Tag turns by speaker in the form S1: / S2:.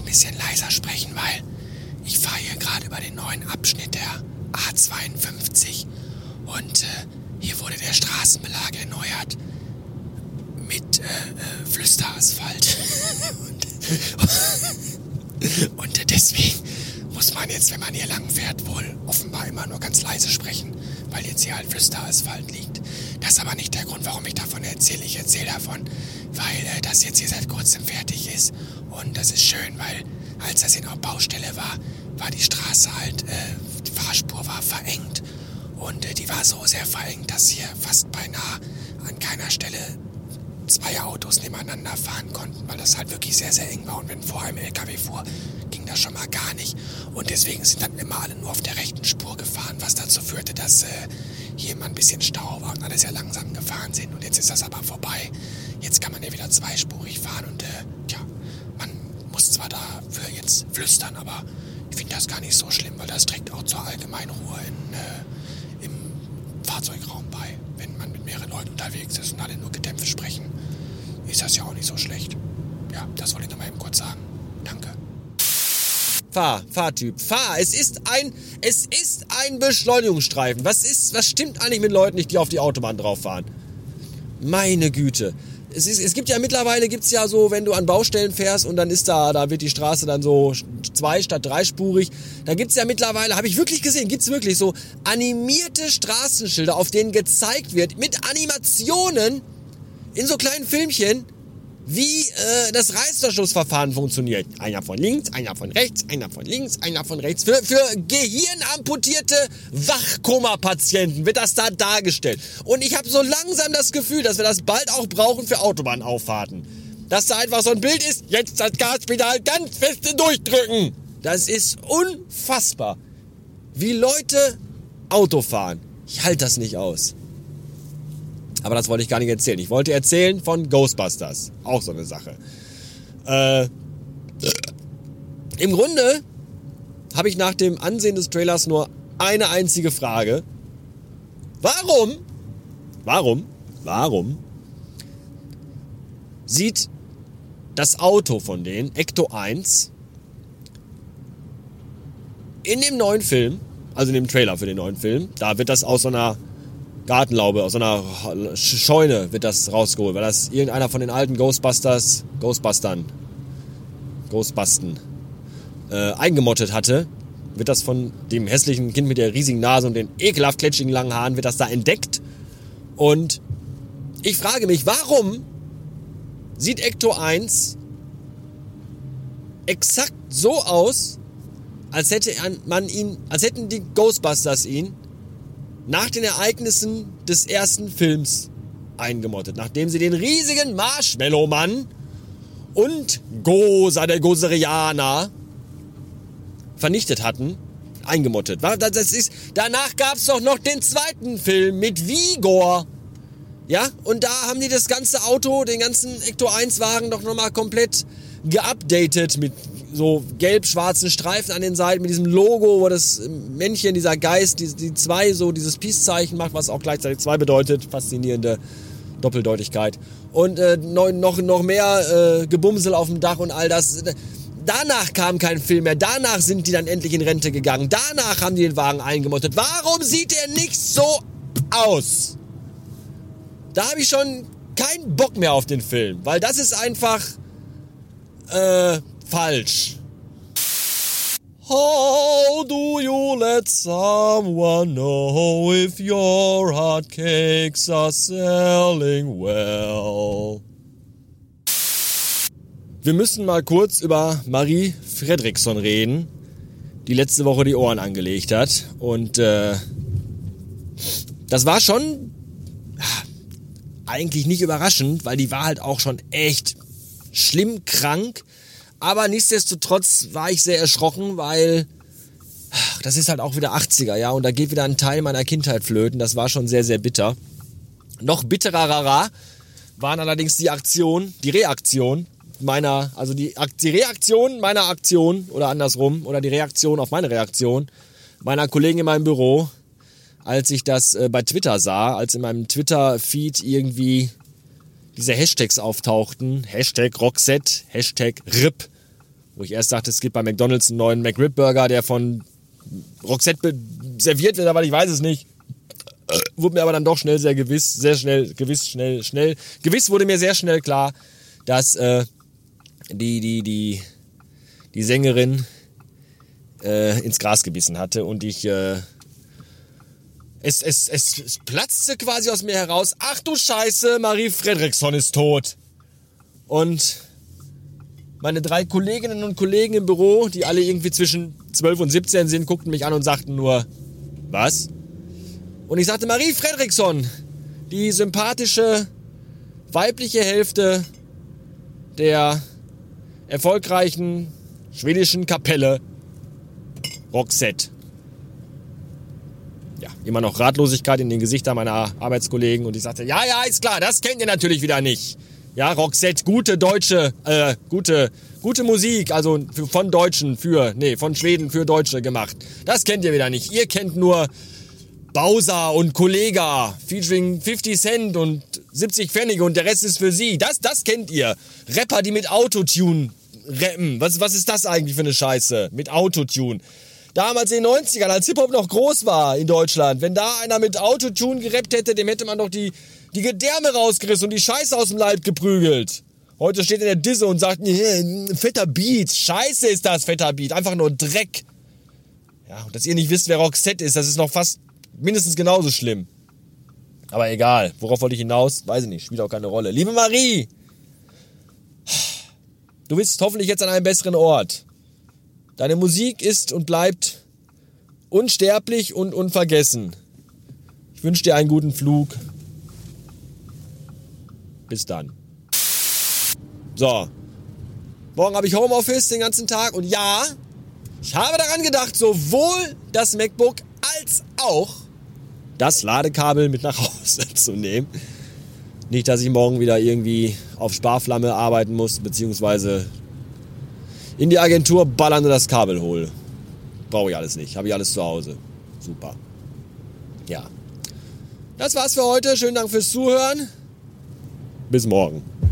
S1: bisschen leiser sprechen, weil ich fahre hier gerade über den neuen Abschnitt der A52 und hier wurde der Straßenbelag erneuert mit Flüsterasphalt. und deswegen muss man jetzt, wenn man hier lang fährt, wohl offenbar immer nur ganz leise sprechen, weil jetzt hier halt Flüsterasphalt liegt. Das ist aber nicht der Grund, warum ich davon erzähle. Ich erzähle davon, weil das jetzt hier seit kurzem fertig ist. Und das ist schön, weil als das hier noch Baustelle war die Straße halt, die Fahrspur war verengt. Und die war so sehr verengt, dass hier fast beinahe an keiner Stelle 2 Autos nebeneinander fahren konnten, weil das halt wirklich sehr, sehr eng war. Und wenn vor einem LKW fuhr, ging das schon mal gar nicht. Und deswegen sind dann immer alle nur auf der rechten Spur gefahren, was dazu führte, dass hier immer ein bisschen Stau war und alle sehr langsam gefahren sind. Und jetzt ist das aber vorbei. Jetzt kann man ja wieder zweispurig fahren und man muss zwar dafür jetzt flüstern, aber ich finde das gar nicht so schlimm, weil das trägt auch zur allgemeinen Ruhe im Fahrzeugraum bei. Wenn man mit mehreren Leuten unterwegs ist und alle nur gedämpft sprechen, ist das ja auch nicht so schlecht. Ja, das wollte ich noch mal eben kurz sagen. Danke.
S2: Fahrtyp, fahr. Es ist ein Beschleunigungsstreifen. Was stimmt eigentlich mit Leuten nicht, die auf die Autobahn drauf fahren? Meine Güte. Es gibt ja mittlerweile, so, wenn du an Baustellen fährst und dann ist da wird die Straße dann so 2 statt 3-spurig. Da gibt's ja mittlerweile, habe ich wirklich gesehen, gibt's wirklich so animierte Straßenschilder, auf denen gezeigt wird, mit Animationen in so kleinen Filmchen, wie das Reißverschlussverfahren funktioniert. Einer von links, einer von rechts, einer von links, einer von rechts. Für gehirnamputierte Wachkoma-Patienten wird das da dargestellt. Und ich habe so langsam das Gefühl, dass wir das bald auch brauchen für Autobahnauffahrten. Dass da einfach so ein Bild ist, jetzt das Gaspedal ganz feste durchdrücken. Das ist unfassbar, wie Leute Auto fahren. Ich halte das nicht aus. Aber das wollte ich gar nicht erzählen. Ich wollte erzählen von Ghostbusters. Auch so eine Sache. Im Grunde habe ich nach dem Ansehen des Trailers nur eine einzige Frage. Warum sieht das Auto von denen, Ecto 1, in dem neuen Film, also in dem Trailer für den neuen Film, da wird das aus so einer Gartenlaube, aus so einer Scheune wird das rausgeholt, weil das irgendeiner von den alten Ghostbustern eingemottet hatte, wird das von dem hässlichen Kind mit der riesigen Nase und den ekelhaft kletschigen langen Haaren, wird das da entdeckt. Und ich frage mich, warum sieht Ecto 1 exakt so aus, als hätten die Ghostbusters ihn nach den Ereignissen des ersten Films eingemottet, nachdem sie den riesigen Marshmallow-Mann und Goza, der Gozerianer, vernichtet hatten, eingemottet. Danach gab es doch noch den zweiten Film mit Vigor. Ja, und da haben die das ganze Auto, den ganzen Ecto 1 Wagen doch nochmal komplett geupdatet mit so gelb-schwarzen Streifen an den Seiten, mit diesem Logo, wo das Männchen, dieser Geist, die 2 so dieses Peace-Zeichen macht, was auch gleichzeitig 2 bedeutet. Faszinierende Doppeldeutigkeit. Und noch mehr Gebumsel auf dem Dach und all das. Danach kam kein Film mehr. Danach sind die dann endlich in Rente gegangen. Danach haben die den Wagen eingemottet. Warum sieht er nicht so aus? Da habe ich schon keinen Bock mehr auf den Film, weil das ist einfach falsch. How do you let someone know if your hotcakes are selling well? Wir müssen mal kurz über Marie Fredriksson reden, die letzte Woche die Ohren angelegt hat. Und das war schon eigentlich nicht überraschend, weil die war halt auch schon echt schlimm krank. Aber nichtsdestotrotz war ich sehr erschrocken, weil das ist halt auch wieder 80er, ja, und da geht wieder ein Teil meiner Kindheit flöten. Das war schon sehr, sehr bitter. Noch bitterer waren allerdings die Reaktion meiner Aktion oder andersrum, oder die Reaktion auf meine Reaktion meiner Kollegen in meinem Büro, als ich das bei Twitter sah, als in meinem Twitter-Feed irgendwie diese Hashtags auftauchten, Hashtag Roxette, Hashtag RIP Wo ich erst dachte, es gibt bei McDonald's einen neuen McRib-Burger, der von Roxette serviert wird, aber ich weiß es nicht. Wurde mir aber dann doch schnell gewiss wurde mir sehr schnell klar, dass die Sängerin ins Gras gebissen hatte und ich es platzte quasi aus mir heraus. Ach du Scheiße, Marie Fredriksson ist tot. Und meine 3 Kolleginnen und Kollegen im Büro, die alle irgendwie zwischen 12 und 17 sind, guckten mich an und sagten nur, was? Und ich sagte, Marie Fredriksson, die sympathische weibliche Hälfte der erfolgreichen schwedischen Kapelle Roxette. Ja, immer noch Ratlosigkeit in den Gesichtern meiner Arbeitskollegen und ich sagte, ja, ist klar, das kennt ihr natürlich wieder nicht. Ja, Roxette, gute deutsche, gute Musik, also von Schweden für Deutsche gemacht. Das kennt ihr wieder nicht. Ihr kennt nur Bowser und Kollega, featuring 50 Cent und 70 Pfennige und der Rest ist für sie. Das kennt ihr. Rapper, die mit Autotune rappen. Was ist das eigentlich für eine Scheiße? Mit Autotune. Damals in den 90ern, als Hip-Hop noch groß war in Deutschland, wenn da einer mit Autotune gerappt hätte, dem hätte man doch die Gedärme rausgerissen und die Scheiße aus dem Leib geprügelt. Heute steht in der Disse und sagt, fetter Beat. Scheiße ist das, fetter Beat. Einfach nur Dreck. Ja, und dass ihr nicht wisst, wer Roxette ist, das ist noch fast mindestens genauso schlimm. Aber egal. Worauf wollte ich hinaus? Weiß ich nicht. Spielt auch keine Rolle. Liebe Marie! Du bist hoffentlich jetzt an einem besseren Ort. Deine Musik ist und bleibt unsterblich und unvergessen. Ich wünsche dir einen guten Flug. Bis dann. So. Morgen habe ich Homeoffice den ganzen Tag und ja, ich habe daran gedacht, sowohl das MacBook als auch das Ladekabel mit nach Hause zu nehmen. Nicht, dass ich morgen wieder irgendwie auf Sparflamme arbeiten muss, beziehungsweise in die Agentur ballern und das Kabel hole. Brauche ich alles nicht. Habe ich alles zu Hause. Super. Ja. Das war's für heute. Schönen Dank fürs Zuhören. Bis morgen.